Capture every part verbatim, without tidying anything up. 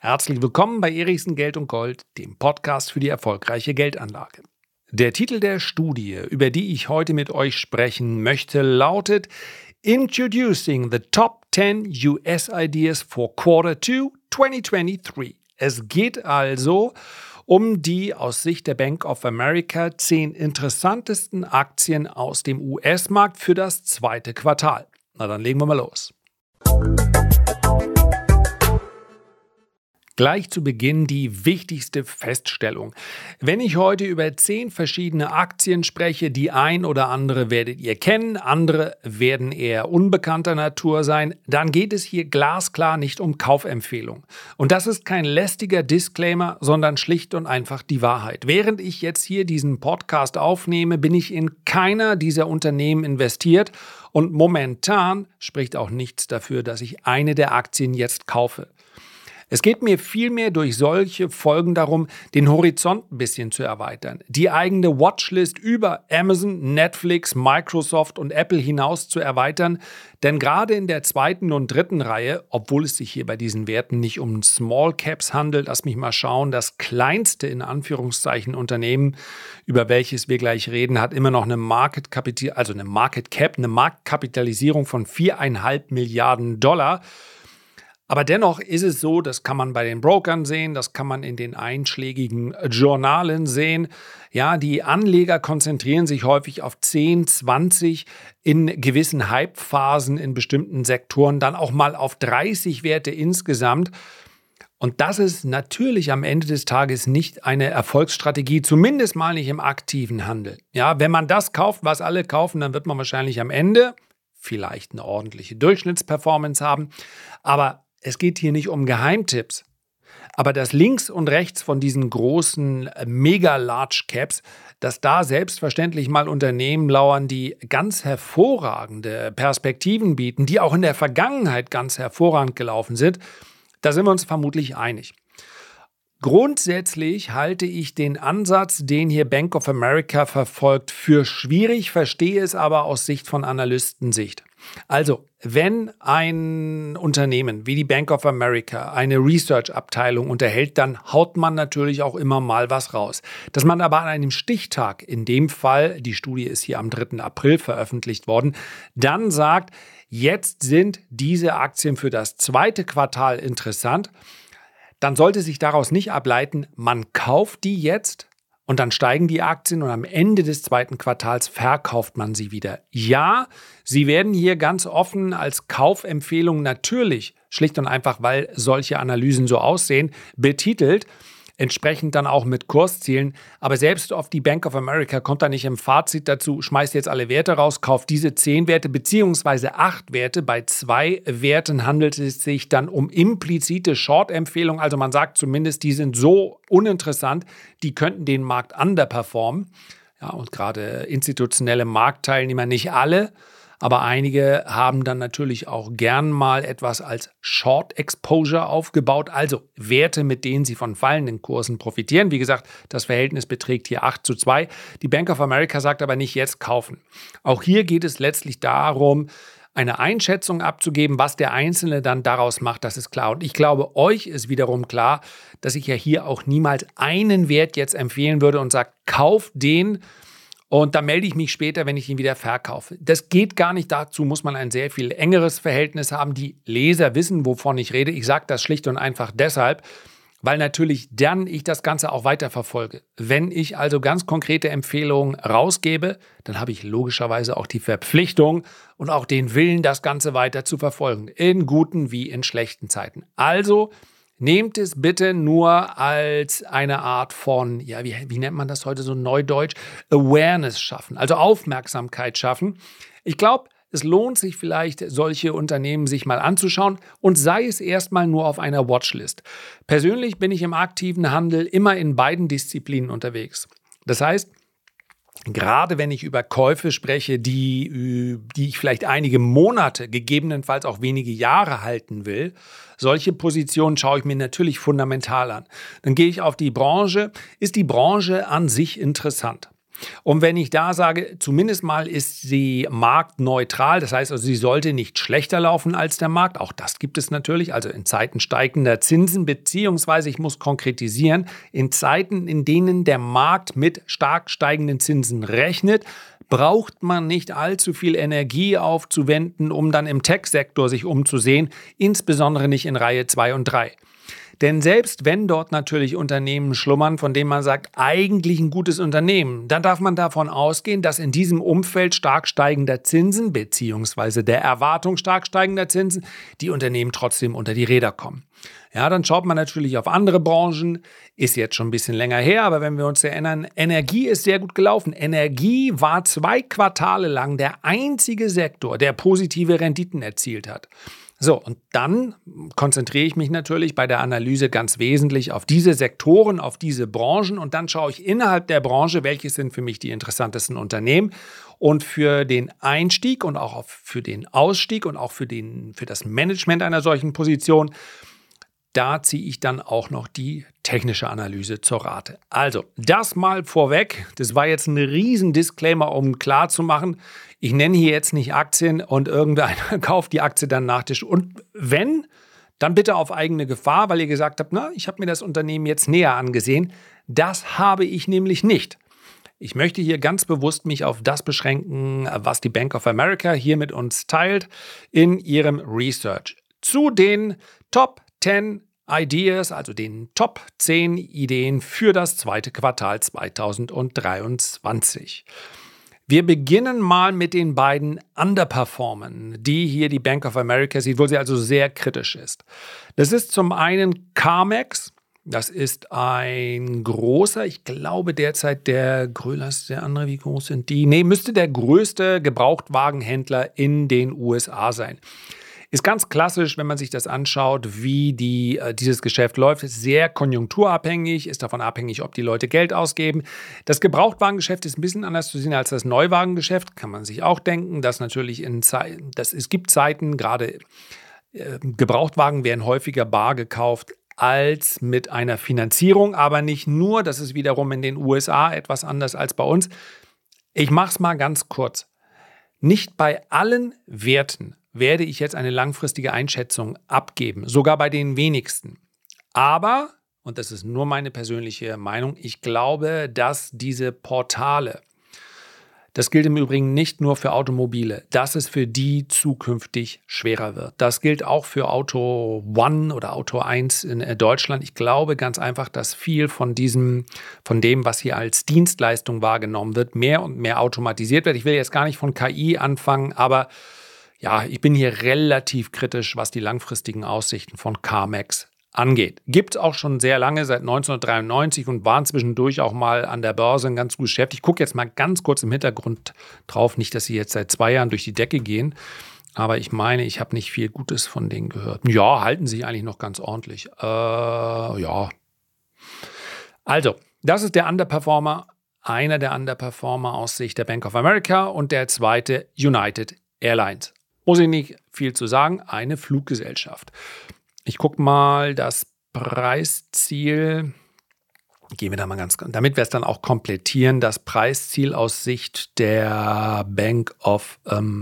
Herzlich willkommen bei Erichsen Geld und Gold, dem Podcast für die erfolgreiche Geldanlage. Der Titel der Studie, über die ich heute mit euch sprechen möchte, lautet Introducing the Top ten U S Ideas for Quarter two twenty twenty-three. Es geht also um die aus Sicht der Bank of America zehn interessantesten Aktien aus dem U S-Markt für das zweite Quartal. Na dann legen wir mal los. Gleich zu Beginn die wichtigste Feststellung. Wenn ich heute über zehn verschiedene Aktien spreche, die ein oder andere werdet ihr kennen, andere werden eher unbekannter Natur sein, dann geht es hier glasklar nicht um Kaufempfehlung. Und das ist kein lästiger Disclaimer, sondern schlicht und einfach die Wahrheit. Während ich jetzt hier diesen Podcast aufnehme, bin ich in keiner dieser Unternehmen investiert und momentan spricht auch nichts dafür, dass ich eine der Aktien jetzt kaufe. Es geht mir vielmehr durch solche Folgen darum, den Horizont ein bisschen zu erweitern, die eigene Watchlist über Amazon, Netflix, Microsoft und Apple hinaus zu erweitern, denn gerade in der zweiten und dritten Reihe, obwohl es sich hier bei diesen Werten nicht um Small Caps handelt, lass mich mal schauen, das kleinste in Anführungszeichen Unternehmen, über welches wir gleich reden, hat immer noch eine Market Capital, also eine Market Cap, eine Marktkapitalisierung von viereinhalb Milliarden Dollar. Aber dennoch ist es so, das kann man bei den Brokern sehen, das kann man in den einschlägigen Journalen sehen. Ja, die Anleger konzentrieren sich häufig auf zehn, zwanzig in gewissen Hypephasen in bestimmten Sektoren, dann auch mal auf dreißig Werte insgesamt. Und das ist natürlich am Ende des Tages nicht eine Erfolgsstrategie, zumindest mal nicht im aktiven Handel. Ja, wenn man das kauft, was alle kaufen, dann wird man wahrscheinlich am Ende vielleicht eine ordentliche Durchschnittsperformance haben. Aber es geht hier nicht um Geheimtipps, aber dass links und rechts von diesen großen Mega-Large-Caps, dass da selbstverständlich mal Unternehmen lauern, die ganz hervorragende Perspektiven bieten, die auch in der Vergangenheit ganz hervorragend gelaufen sind, da sind wir uns vermutlich einig. Grundsätzlich halte ich den Ansatz, den hier Bank of America verfolgt, für schwierig, verstehe es aber aus Sicht von Analystensicht. Also, wenn ein Unternehmen wie die Bank of America eine Research-Abteilung unterhält, dann haut man natürlich auch immer mal was raus. Dass man aber an einem Stichtag, in dem Fall, die Studie ist hier am dritten April veröffentlicht worden, dann sagt, jetzt sind diese Aktien für das zweite Quartal interessant, dann sollte sich daraus nicht ableiten, man kauft die jetzt und dann steigen die Aktien und am Ende des zweiten Quartals verkauft man sie wieder. Ja, sie werden hier ganz offen als Kaufempfehlung natürlich, schlicht und einfach, weil solche Analysen so aussehen, betitelt, entsprechend dann auch mit Kurszielen. Aber selbst auf die Bank of America kommt da nicht im Fazit dazu, schmeißt jetzt alle Werte raus, kauft diese zehn Werte beziehungsweise acht Werte. Bei zwei Werten handelt es sich dann um implizite Short-Empfehlungen. Also man sagt zumindest, die sind so uninteressant, die könnten den Markt underperformen. Ja, und gerade institutionelle Marktteilnehmer, nicht alle, aber einige haben dann natürlich auch gern mal etwas als Short Exposure aufgebaut, also Werte, mit denen sie von fallenden Kursen profitieren. Wie gesagt, das Verhältnis beträgt hier acht zu zwei. Die Bank of America sagt aber nicht jetzt kaufen. Auch hier geht es letztlich darum, eine Einschätzung abzugeben, was der Einzelne dann daraus macht, das ist klar. Und ich glaube, euch ist wiederum klar, dass ich ja hier auch niemals einen Wert jetzt empfehlen würde und sage, kauf den, und da melde ich mich später, wenn ich ihn wieder verkaufe. Das geht gar nicht. Dazu muss man ein sehr viel engeres Verhältnis haben. Die Leser wissen, wovon ich rede. Ich sage das schlicht und einfach deshalb, weil natürlich dann ich das Ganze auch weiterverfolge. Wenn ich also ganz konkrete Empfehlungen rausgebe, dann habe ich logischerweise auch die Verpflichtung und auch den Willen, das Ganze weiter zu verfolgen. In guten wie in schlechten Zeiten. Also nehmt es bitte nur als eine Art von, ja, wie, wie nennt man das heute so neudeutsch, Awareness schaffen, also Aufmerksamkeit schaffen. Ich glaube, es lohnt sich vielleicht, solche Unternehmen sich mal anzuschauen und sei es erstmal nur auf einer Watchlist. Persönlich bin ich im aktiven Handel immer in beiden Disziplinen unterwegs. Das heißt, gerade wenn ich über Käufe spreche, die, die ich vielleicht einige Monate, gegebenenfalls auch wenige Jahre halten will, solche Positionen schaue ich mir natürlich fundamental an. Dann gehe ich auf die Branche. Ist die Branche an sich interessant? Und wenn ich da sage, zumindest mal ist sie marktneutral, das heißt also, sie sollte nicht schlechter laufen als der Markt, auch das gibt es natürlich, also in Zeiten steigender Zinsen, beziehungsweise ich muss konkretisieren, in Zeiten, in denen der Markt mit stark steigenden Zinsen rechnet, braucht man nicht allzu viel Energie aufzuwenden, um dann im Tech-Sektor sich umzusehen, insbesondere nicht in Reihe zwei und drei. Denn selbst wenn dort natürlich Unternehmen schlummern, von denen man sagt, eigentlich ein gutes Unternehmen, dann darf man davon ausgehen, dass in diesem Umfeld stark steigender Zinsen beziehungsweise der Erwartung stark steigender Zinsen die Unternehmen trotzdem unter die Räder kommen. Ja, dann schaut man natürlich auf andere Branchen, ist jetzt schon ein bisschen länger her, aber wenn wir uns erinnern, Energie ist sehr gut gelaufen. Energie war zwei Quartale lang der einzige Sektor, der positive Renditen erzielt hat. So, und dann konzentriere ich mich natürlich bei der Analyse ganz wesentlich auf diese Sektoren, auf diese Branchen und dann schaue ich innerhalb der Branche, welche sind für mich die interessantesten Unternehmen. Und für den Einstieg und auch für den Ausstieg und auch für, den, für das Management einer solchen Position, da ziehe ich dann auch noch die technische Analyse zur Rate. Also, das mal vorweg. Das war jetzt ein riesen Disclaimer, um klar zu machen, ich nenne hier jetzt nicht Aktien und irgendeiner kauft die Aktie dann nach Tisch. Und wenn, dann bitte auf eigene Gefahr, weil ihr gesagt habt, na, ich habe mir das Unternehmen jetzt näher angesehen. Das habe ich nämlich nicht. Ich möchte hier ganz bewusst mich auf das beschränken, was die Bank of America hier mit uns teilt in ihrem Research. Zu den Top zehn Ideas, also den Top zehn Ideen für das zweite Quartal zweitausenddreiundzwanzig. Wir beginnen mal mit den beiden Underperformen, die hier die Bank of America sieht, wo sie also sehr kritisch ist. Das ist zum einen CarMax. Das ist ein großer, ich glaube derzeit der größte, der andere, wie groß sind die? Nee, müsste der größte Gebrauchtwagenhändler in den U S A sein. Ist ganz klassisch, wenn man sich das anschaut, wie die, äh, dieses Geschäft läuft. Ist sehr konjunkturabhängig, ist davon abhängig, ob die Leute Geld ausgeben. Das Gebrauchtwagengeschäft ist ein bisschen anders zu sehen als das Neuwagengeschäft. Kann man sich auch denken, dass natürlich in Zeiten, dass es gibt Zeiten, gerade äh, Gebrauchtwagen werden häufiger bar gekauft als mit einer Finanzierung. Aber nicht nur, das ist wiederum in den U S A etwas anders als bei uns. Ich mache es mal ganz kurz. Nicht bei allen Werten werde ich jetzt eine langfristige Einschätzung abgeben, sogar bei den wenigsten. Aber, und das ist nur meine persönliche Meinung, ich glaube, dass diese Portale, das gilt im Übrigen nicht nur für Automobile, dass es für die zukünftig schwerer wird. Das gilt auch für Auto One oder Auto eins in Deutschland. Ich glaube ganz einfach, dass viel von diesem, von dem, was hier als Dienstleistung wahrgenommen wird, mehr und mehr automatisiert wird. Ich will jetzt gar nicht von K I anfangen, aber ja, ich bin hier relativ kritisch, was die langfristigen Aussichten von CarMax angeht. Gibt es auch schon sehr lange, seit neunzehnhundertdreiundneunzig und waren zwischendurch auch mal an der Börse ein ganz gutes Geschäft. Ich gucke jetzt mal ganz kurz im Hintergrund drauf, nicht, dass sie jetzt seit zwei Jahren durch die Decke gehen, aber ich meine, ich habe nicht viel Gutes von denen gehört. Ja, halten sich eigentlich noch ganz ordentlich. Äh, ja. Also, das ist der Underperformer, einer der Underperformer aus Sicht der Bank of America und der zweite United Airlines. Muss ich nicht viel zu sagen, eine Fluggesellschaft. Ich gucke mal das Preisziel. Gehen wir da mal ganz, damit wir es dann auch komplettieren, das Preisziel aus Sicht der Bank of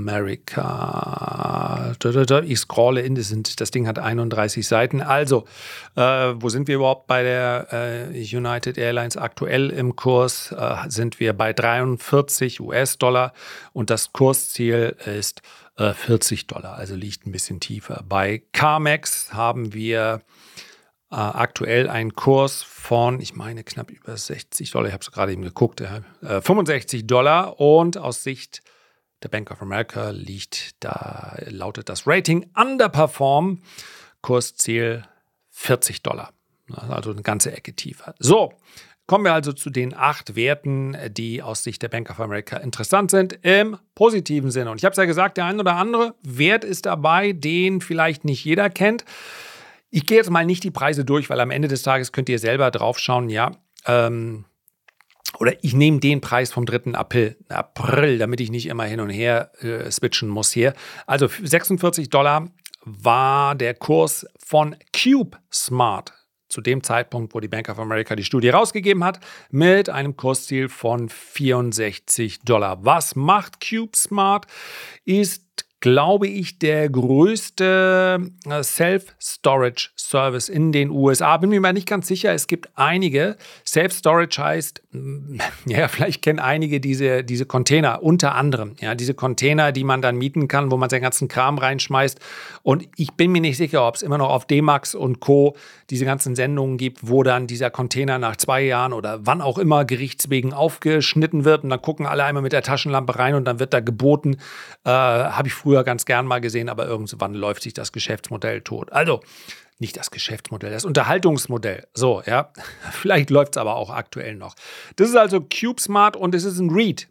America. Ich scrolle in, das, sind, das Ding hat einunddreißig Seiten. Also, äh, wo sind wir überhaupt bei der äh, United Airlines? Aktuell im Kurs äh, sind wir bei dreiundvierzig US-Dollar und das Kursziel ist äh, vierzig Dollar, also liegt ein bisschen tiefer. Bei CarMax haben wir äh, aktuell einen Kurs von, ich meine, knapp über sechzig Dollar, ich habe es gerade eben geguckt, äh, fünfundsechzig Dollar und aus Sicht der Bank of America liegt, da lautet das Rating Underperform, Kursziel vierzig Dollar, also eine ganze Ecke tiefer. So, kommen wir also zu den acht Werten, die aus Sicht der Bank of America interessant sind, im positiven Sinne. Und ich habe es ja gesagt, der ein oder andere Wert ist dabei, den vielleicht nicht jeder kennt. Ich gehe jetzt mal nicht die Preise durch, weil am Ende des Tages könnt ihr selber drauf schauen, ja. Ähm, oder ich nehme den Preis vom dritten April, April, damit ich nicht immer hin und her äh, switchen muss hier. Also sechsundvierzig Dollar war der Kurs von CubeSmart zu dem Zeitpunkt, wo die Bank of America die Studie rausgegeben hat, mit einem Kursziel von vierundsechzig Dollar. Was macht CubeSmart? Ist, glaube ich, der größte Self-Storage-Service in den U S A. Bin mir mal nicht ganz sicher, es gibt einige. Self-Storage heißt, ja, vielleicht kennen einige diese, diese Container, unter anderem. Ja, diese Container, die man dann mieten kann, wo man seinen ganzen Kram reinschmeißt. Und ich bin mir nicht sicher, ob es immer noch auf D-Max und Co. diese ganzen Sendungen gibt, wo dann dieser Container nach zwei Jahren oder wann auch immer gerichtswegen aufgeschnitten wird. Und dann gucken alle einmal mit der Taschenlampe rein und dann wird da geboten. Äh, habe ich früher ganz gern mal gesehen, aber irgendwann läuft sich das Geschäftsmodell tot. Also, nicht das Geschäftsmodell, das Unterhaltungsmodell. So, ja, vielleicht läuft es aber auch aktuell noch. Das ist also CubeSmart und es ist ein REIT.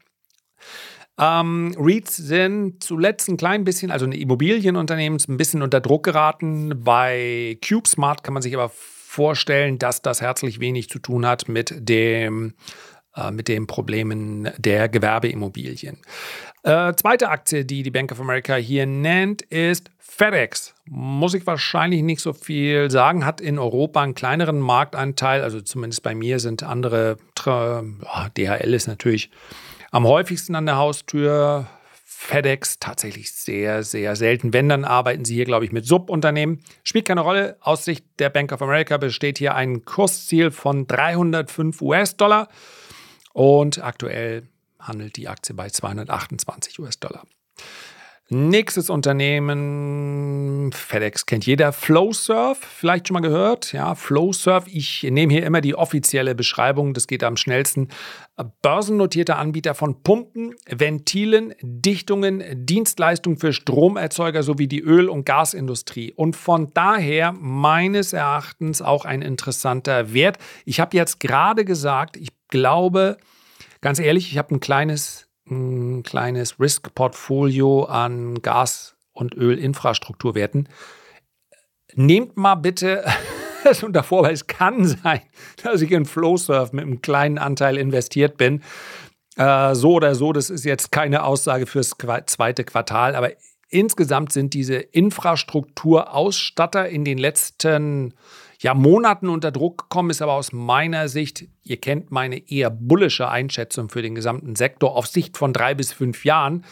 Ähm, REITs sind zuletzt ein klein bisschen, also ein Immobilienunternehmen, ein bisschen unter Druck geraten. Bei CubeSmart kann man sich aber vorstellen, dass das herzlich wenig zu tun hat mit dem mit den Problemen der Gewerbeimmobilien. Äh, zweite Aktie, die die Bank of America hier nennt, ist FedEx. Muss ich wahrscheinlich nicht so viel sagen, hat in Europa einen kleineren Marktanteil, also zumindest bei mir sind andere, D H L ist natürlich am häufigsten an der Haustür, FedEx tatsächlich sehr, sehr selten. Wenn, dann arbeiten sie hier, glaube ich, mit Subunternehmen. Spielt keine Rolle. Aus Sicht der Bank of America besteht hier ein Kursziel von dreihundertfünf US-Dollar. Und aktuell handelt die Aktie bei zweihundertachtundzwanzig US-Dollar. Nächstes Unternehmen, FedEx kennt jeder, Flowserve, vielleicht schon mal gehört. Ja, Flowserve, ich nehme hier immer die offizielle Beschreibung, das geht am schnellsten. Börsennotierter Anbieter von Pumpen, Ventilen, Dichtungen, Dienstleistungen für Stromerzeuger sowie die Öl- und Gasindustrie. Und von daher meines Erachtens auch ein interessanter Wert. Ich habe jetzt gerade gesagt, ich glaube, ganz ehrlich, ich habe ein kleines ein kleines Risk-Portfolio an Gas- und Ölinfrastrukturwerten. Nehmt mal bitte das unter Vorbehalt, es kann sein, dass ich in Flowserve mit einem kleinen Anteil investiert bin. Äh, so oder so, das ist jetzt keine Aussage fürs zweite Quartal, aber insgesamt sind diese Infrastrukturausstatter in den letzten ja, Monaten unter Druck gekommen, ist aber aus meiner Sicht, ihr kennt meine eher bullische Einschätzung für den gesamten Sektor, auf Sicht von drei bis fünf Jahren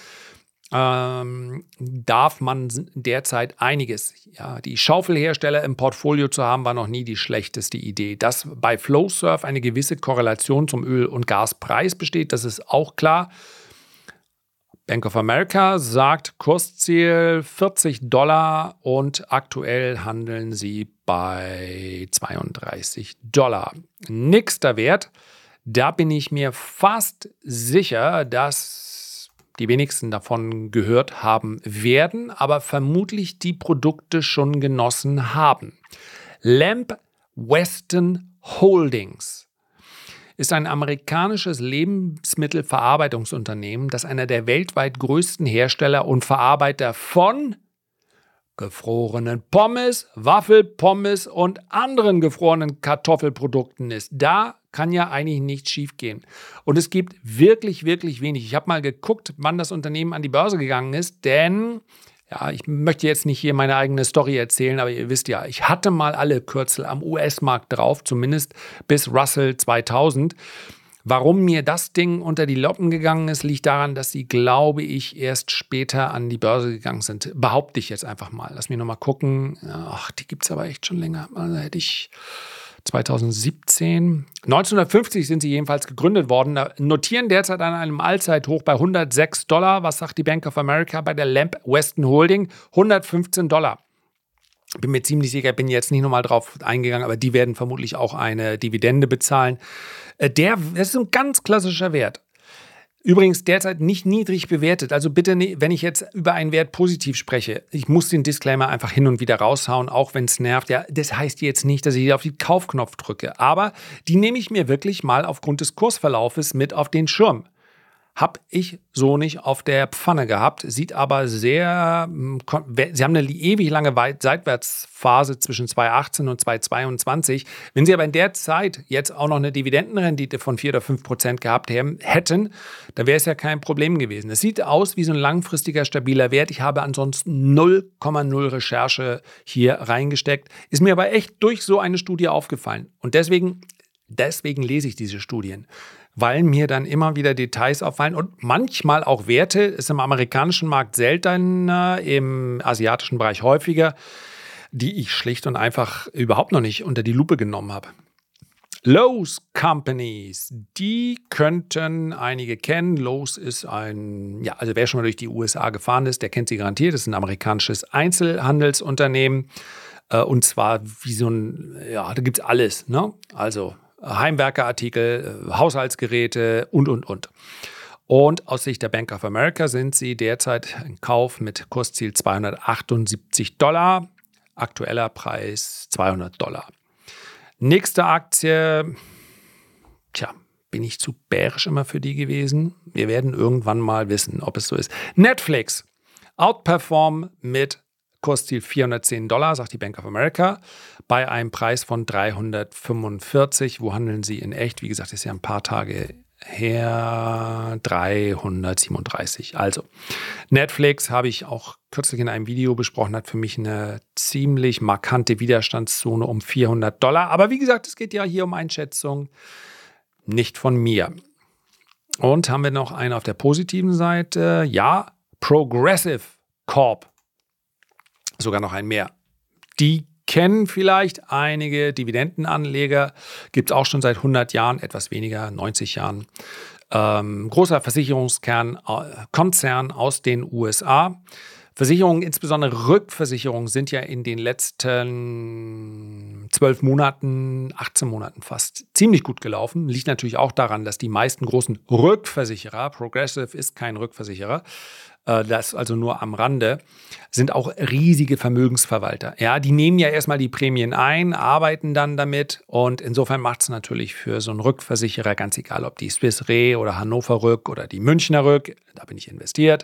ähm, darf man derzeit einiges. Ja, die Schaufelhersteller im Portfolio zu haben, war noch nie die schlechteste Idee. Dass bei Flowserve eine gewisse Korrelation zum Öl- und Gaspreis besteht, das ist auch klar. Bank of America sagt Kursziel vierzig Dollar und aktuell handeln sie bei zweiunddreißig Dollar. Nächster Wert, da bin ich mir fast sicher, dass die wenigsten davon gehört haben werden, aber vermutlich die Produkte schon genossen haben. Lamb Weston Holdings ist ein amerikanisches Lebensmittelverarbeitungsunternehmen, das einer der weltweit größten Hersteller und Verarbeiter von gefrorenen Pommes, Waffelpommes und anderen gefrorenen Kartoffelprodukten ist. Da kann ja eigentlich nichts schiefgehen. Und es gibt wirklich, wirklich wenig. Ich habe mal geguckt, wann das Unternehmen an die Börse gegangen ist, denn ja, ich möchte jetzt nicht hier meine eigene Story erzählen, aber ihr wisst ja, ich hatte mal alle Kürzel am U S-Markt drauf, zumindest bis Russell zweitausend. Warum mir das Ding unter die Loppen gegangen ist, liegt daran, dass sie, glaube ich, erst später an die Börse gegangen sind. Behaupte ich jetzt einfach mal. Lass mich nochmal gucken. Ach, die gibt es aber echt schon länger. Also hätte ich zweitausendsiebzehn. neunzehnhundertfünfzig sind sie jedenfalls gegründet worden. Notieren derzeit an einem Allzeithoch bei hundertsechs Dollar. Was sagt die Bank of America bei der Lamb Weston Holding? hundertfünfzehn Dollar. Bin mir ziemlich sicher, bin jetzt nicht nochmal drauf eingegangen, aber die werden vermutlich auch eine Dividende bezahlen. Der, das ist ein ganz klassischer Wert. Übrigens derzeit nicht niedrig bewertet. Also bitte, wenn ich jetzt über einen Wert positiv spreche, ich muss den Disclaimer einfach hin und wieder raushauen, auch wenn es nervt. Ja, das heißt jetzt nicht, dass ich hier auf den Kaufknopf drücke. Aber die nehme ich mir wirklich mal aufgrund des Kursverlaufes mit auf den Schirm. Habe ich so nicht auf der Pfanne gehabt, sieht aber sehr, Sie haben eine ewig lange Seitwärtsphase zwischen zweitausendachtzehn und zweitausendzweiundzwanzig. Wenn Sie aber in der Zeit jetzt auch noch eine Dividendenrendite von vier oder fünf Prozent gehabt hätten, dann wäre es ja kein Problem gewesen. Es sieht aus wie so ein langfristiger, stabiler Wert. Ich habe ansonsten null Komma null Recherche hier reingesteckt. Ist mir aber echt durch so eine Studie aufgefallen. Und deswegen, deswegen lese ich diese Studien, weil mir dann immer wieder Details auffallen und manchmal auch Werte, ist im amerikanischen Markt seltener, im asiatischen Bereich häufiger, die ich schlicht und einfach überhaupt noch nicht unter die Lupe genommen habe. Lowe's Companies, die könnten einige kennen. Lowe's ist ein, ja, also wer schon mal durch die U S A gefahren ist, der kennt sie garantiert. Das ist ein amerikanisches Einzelhandelsunternehmen. Und zwar wie so ein, ja, da gibt es alles, ne? Also Heimwerkerartikel, Haushaltsgeräte und, und, und. Und aus Sicht der Bank of America sind sie derzeit in Kauf mit Kursziel zweihundertachtundsiebzig Dollar, aktueller Preis zweihundert Dollar. Nächste Aktie, tja, bin ich zu bärisch immer für die gewesen? Wir werden irgendwann mal wissen, ob es so ist. Netflix, Outperform mit Kursziel vierhundertzehn Dollar, sagt die Bank of America, bei einem Preis von dreihundertfünfundvierzig. Wo handeln sie in echt? Wie gesagt, ist ja ein paar Tage her, dreihundertsiebenunddreißig. Also, Netflix habe ich auch kürzlich in einem Video besprochen, hat für mich eine ziemlich markante Widerstandszone um vierhundert Dollar. Aber wie gesagt, es geht ja hier um Einschätzung, nicht von mir. Und haben wir noch eine auf der positiven Seite? Ja, Progressive Corp. Sogar noch ein mehr. Die kennen vielleicht einige Dividendenanleger, gibt es auch schon seit hundert Jahren, etwas weniger, neunzig Jahren. Ähm, großer Versicherungskern, äh, Konzern aus den U S A. Versicherungen, insbesondere Rückversicherungen, sind ja in den letzten zwölf Monaten, achtzehn Monaten fast ziemlich gut gelaufen. Liegt natürlich auch daran, dass die meisten großen Rückversicherer, Progressive ist kein Rückversicherer, äh, das also nur am Rande, sind auch riesige Vermögensverwalter. Ja, die nehmen ja erstmal die Prämien ein, arbeiten dann damit und insofern macht es natürlich für so einen Rückversicherer, ganz egal, ob die Swiss Re oder Hannover Rück oder die Münchner Rück, da bin ich investiert,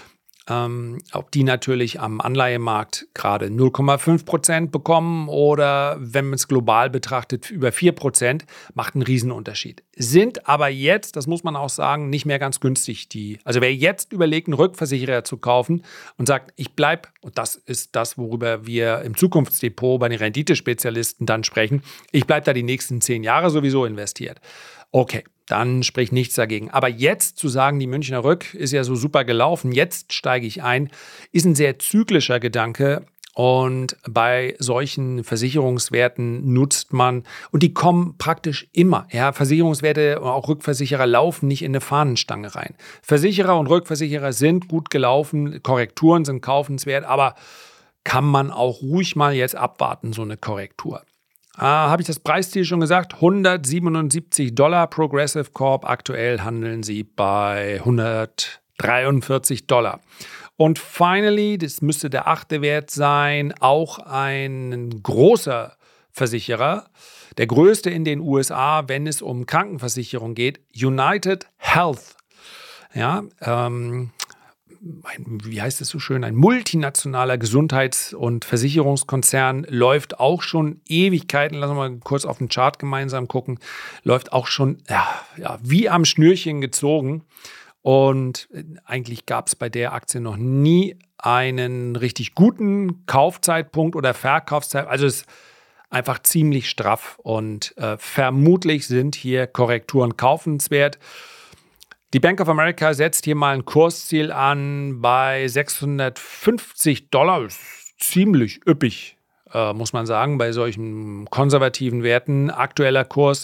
Ähm, ob die natürlich am Anleihemarkt gerade null Komma fünf Prozent bekommen oder wenn man es global betrachtet über vier Prozent, macht einen Riesenunterschied. Sind aber jetzt, das muss man auch sagen, nicht mehr ganz günstig. Die, also wer jetzt überlegt, einen Rückversicherer zu kaufen und sagt, ich bleibe, und das ist das, worüber wir im Zukunftsdepot bei den Renditespezialisten dann sprechen, ich bleibe da die nächsten zehn Jahre sowieso investiert. Okay, dann spricht nichts dagegen. Aber jetzt zu sagen, die Münchner Rück ist ja so super gelaufen, jetzt steige ich ein, ist ein sehr zyklischer Gedanke. Und bei solchen Versicherungswerten nutzt man, und die kommen praktisch immer. Ja, Versicherungswerte, auch Rückversicherer laufen nicht in eine Fahnenstange rein. Versicherer und Rückversicherer sind gut gelaufen, Korrekturen sind kaufenswert, aber kann man auch ruhig mal jetzt abwarten, so eine Korrektur. Äh, habe ich das Preisziel schon gesagt? hundertsiebenundsiebzig Dollar Progressive Corp. Aktuell handeln sie bei hundertdreiundvierzig Dollar. Und finally, das müsste der achte Wert sein, auch ein großer Versicherer, der größte in den U S A, wenn es um Krankenversicherung geht, United Health. Ja, ähm, ein, wie heißt es so schön, ein multinationaler Gesundheits- und Versicherungskonzern, läuft auch schon Ewigkeiten, lassen wir mal kurz auf den Chart gemeinsam gucken, läuft auch schon ja, ja, wie am Schnürchen gezogen. Und eigentlich gab es bei der Aktie noch nie einen richtig guten Kaufzeitpunkt oder Verkaufszeitpunkt. Also es ist einfach ziemlich straff und äh, vermutlich sind hier Korrekturen kaufenswert. Die Bank of America setzt hier mal ein Kursziel an bei sechshundertfünfzig Dollar. Das ist ziemlich üppig, äh, muss man sagen, bei solchen konservativen Werten. Aktueller Kurs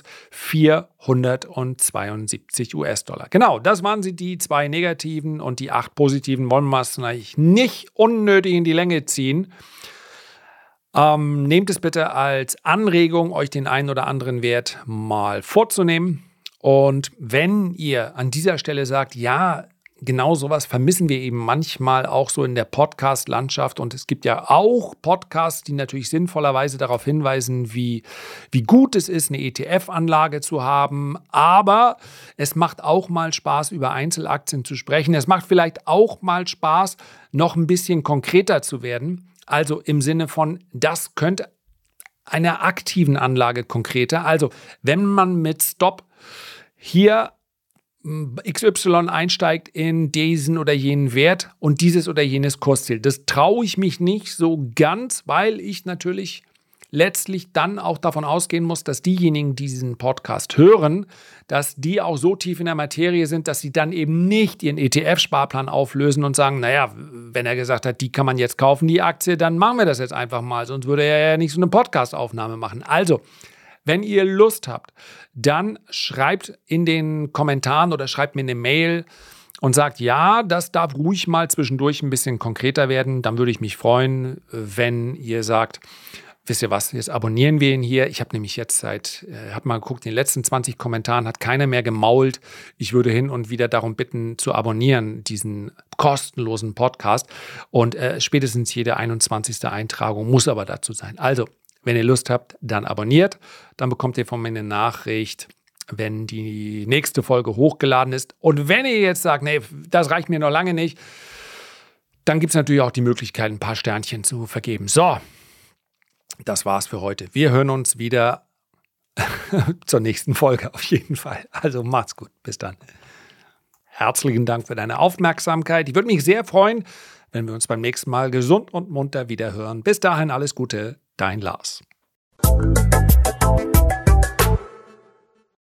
vierhundertzweiundsiebzig US-Dollar. Genau, das waren sie, die zwei negativen, und die acht positiven wollen wir es nicht unnötig in die Länge ziehen. Ähm, nehmt es bitte als Anregung, euch den einen oder anderen Wert mal vorzunehmen. Und wenn ihr an dieser Stelle sagt, ja, genau sowas vermissen wir eben manchmal auch so in der Podcast-Landschaft. Und es gibt ja auch Podcasts, die natürlich sinnvollerweise darauf hinweisen, wie, wie gut es ist, eine E T F-Anlage zu haben. Aber es macht auch mal Spaß, über Einzelaktien zu sprechen. Es macht vielleicht auch mal Spaß, noch ein bisschen konkreter zu werden. Also im Sinne von, das könnte einer aktiven Anlage konkreter. Also wenn man mit Stop hier X Y einsteigt in diesen oder jenen Wert und dieses oder jenes Kursziel. Das traue ich mich nicht so ganz, weil ich natürlich letztlich dann auch davon ausgehen muss, dass diejenigen, die diesen Podcast hören, dass die auch so tief in der Materie sind, dass sie dann eben nicht ihren E T F-Sparplan auflösen und sagen, naja, wenn er gesagt hat, die kann man jetzt kaufen, die Aktie, dann machen wir das jetzt einfach mal, sonst würde er ja nicht so eine Podcast-Aufnahme machen. Also, wenn ihr Lust habt, dann schreibt in den Kommentaren oder schreibt mir eine Mail und sagt, ja, das darf ruhig mal zwischendurch ein bisschen konkreter werden. Dann würde ich mich freuen, wenn ihr sagt, wisst ihr was, jetzt abonnieren wir ihn hier. Ich habe nämlich jetzt seit, äh, habe mal geguckt, in den letzten zwanzig Kommentaren hat keiner mehr gemault. Ich würde hin und wieder darum bitten, zu abonnieren, diesen kostenlosen Podcast. Und äh, spätestens jede einundzwanzigste Eintragung muss aber dazu sein. Also, wenn ihr Lust habt, dann abonniert. Dann bekommt ihr von mir eine Nachricht, wenn die nächste Folge hochgeladen ist. Und wenn ihr jetzt sagt, nee, das reicht mir noch lange nicht, dann gibt es natürlich auch die Möglichkeit, ein paar Sternchen zu vergeben. So, das war's für heute. Wir hören uns wieder zur nächsten Folge auf jeden Fall. Also macht's gut. Bis dann. Herzlichen Dank für deine Aufmerksamkeit. Ich würde mich sehr freuen, wenn wir uns beim nächsten Mal gesund und munter wieder hören. Bis dahin alles Gute. Dein Lars.